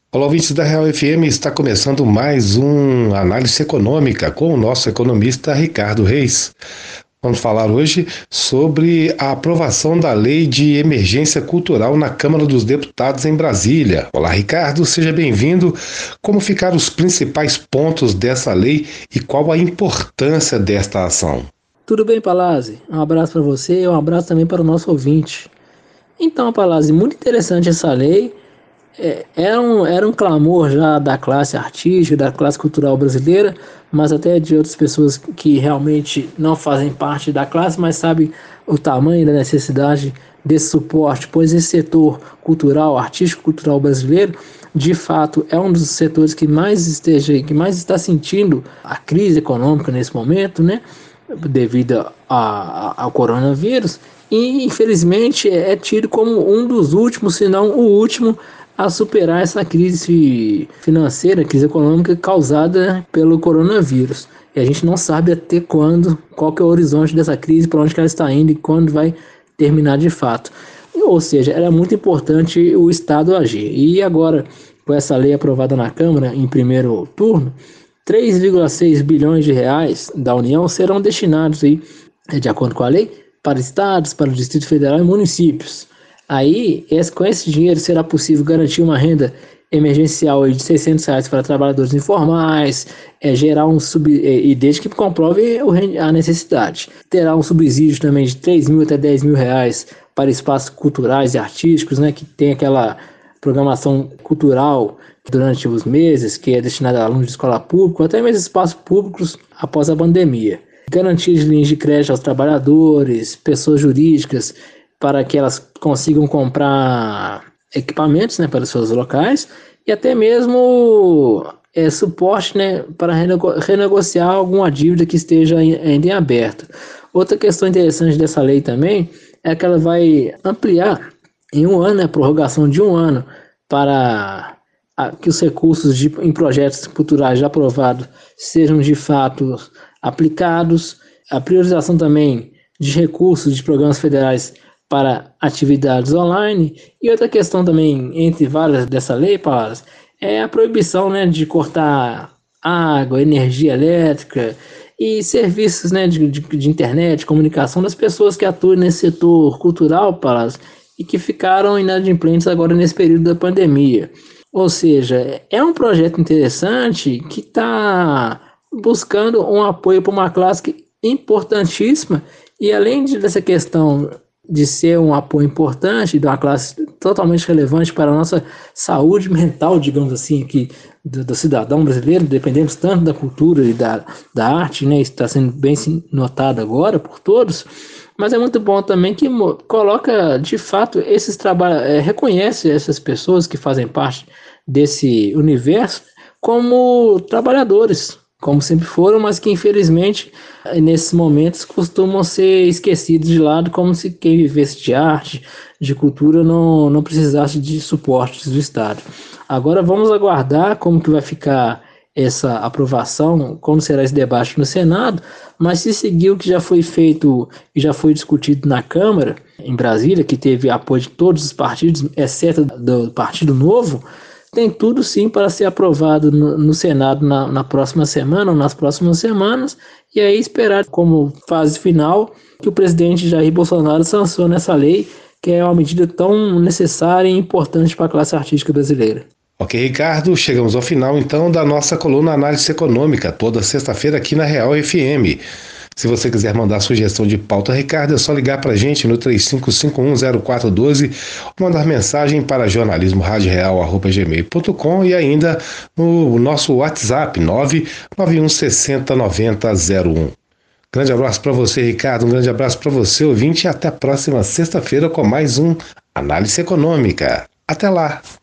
Olá, ouvintes da Real FM, está começando mais um Análise Econômica com o nosso economista Ricardo Reis. Vamos falar hoje sobre a aprovação da Lei de Emergência Cultural na Câmara dos Deputados em Brasília. Olá, Ricardo, seja bem-vindo. Como ficaram os principais pontos dessa lei e qual a importância desta ação? Tudo bem, Palazzi? Um abraço para você e um abraço também para o nosso ouvinte. Então, Palazzi, muito interessante essa lei. Era um clamor já da classe artística, da classe cultural brasileira, mas até de outras pessoas que realmente não fazem parte da classe, mas sabem o tamanho da necessidade desse suporte, pois esse setor cultural, artístico cultural brasileiro, de fato é um dos setores que mais está sentindo a crise econômica nesse momento, né? Devido ao coronavírus, e infelizmente é tido como um dos últimos, se não o último, a superar essa crise financeira, crise econômica causada pelo coronavírus. E a gente não sabe até quando, qual que é o horizonte dessa crise, para onde que ela está indo e quando vai terminar de fato. Ou seja, era muito importante o Estado agir. E agora, com essa lei aprovada na Câmara em primeiro turno, 3,6 bilhões de reais da União serão destinados, aí, de acordo com a lei, para estados, para o Distrito Federal e municípios. Aí, com esse dinheiro, será possível garantir uma renda emergencial de R$ 600 para trabalhadores informais, gerar e desde que comprove a necessidade. Terá um subsídio também de 3 mil até 10 mil reais para espaços culturais e artísticos, né, que tem aquela programação cultural durante os meses, que é destinada a alunos de escola pública, até mesmo espaços públicos após a pandemia. Garantia de linhas de crédito aos trabalhadores, pessoas jurídicas, para que elas consigam comprar equipamentos, né, para os seus locais, e até mesmo suporte, né, para renegociar alguma dívida que esteja ainda em aberto. Outra questão interessante dessa lei também é que ela vai ampliar em um ano, a prorrogação de um ano, para que os recursos em projetos culturais já aprovados sejam de fato aplicados, a priorização também de recursos de programas federais para atividades online. E outra questão também, entre várias dessa lei, Palas, é a proibição, né, de cortar água, energia elétrica e serviços, né, de internet, comunicação das pessoas que atuam nesse setor cultural, Palas, e que ficaram inadimplentes agora nesse período da pandemia. Ou seja, é um projeto interessante que está buscando um apoio para uma classe importantíssima, e além dessa questão de ser um apoio importante, de uma classe totalmente relevante para a nossa saúde mental, digamos assim, aqui do cidadão brasileiro, dependemos tanto da cultura e da arte, né? Isso está sendo bem notado agora por todos, mas é muito bom também que coloca, de fato, esses trabalhos, reconhece essas pessoas que fazem parte desse universo como trabalhadores, como sempre foram, mas que infelizmente nesses momentos costumam ser esquecidos de lado, como se quem vivesse de arte, de cultura, não precisasse de suportes do Estado. Agora vamos aguardar como que vai ficar essa aprovação, como será esse debate no Senado, mas se seguir o que já foi feito e já foi discutido na Câmara, em Brasília, que teve apoio de todos os partidos, exceto do Partido Novo, tem tudo sim para ser aprovado no Senado na próxima semana ou nas próximas semanas, e aí esperar como fase final que o presidente Jair Bolsonaro sancione essa lei, que é uma medida tão necessária e importante para a classe artística brasileira. Ok, Ricardo, chegamos ao final então da nossa coluna Análise Econômica, toda sexta-feira aqui na Real FM. Se você quiser mandar sugestão de pauta, Ricardo, é só ligar para a gente no 35510412 ou mandar mensagem para jornalismoradioreal@gmail.com e ainda no nosso WhatsApp 991609001. Grande abraço para você, Ricardo, um grande abraço para você, ouvinte, e até a próxima sexta-feira com mais um Análise Econômica. Até lá!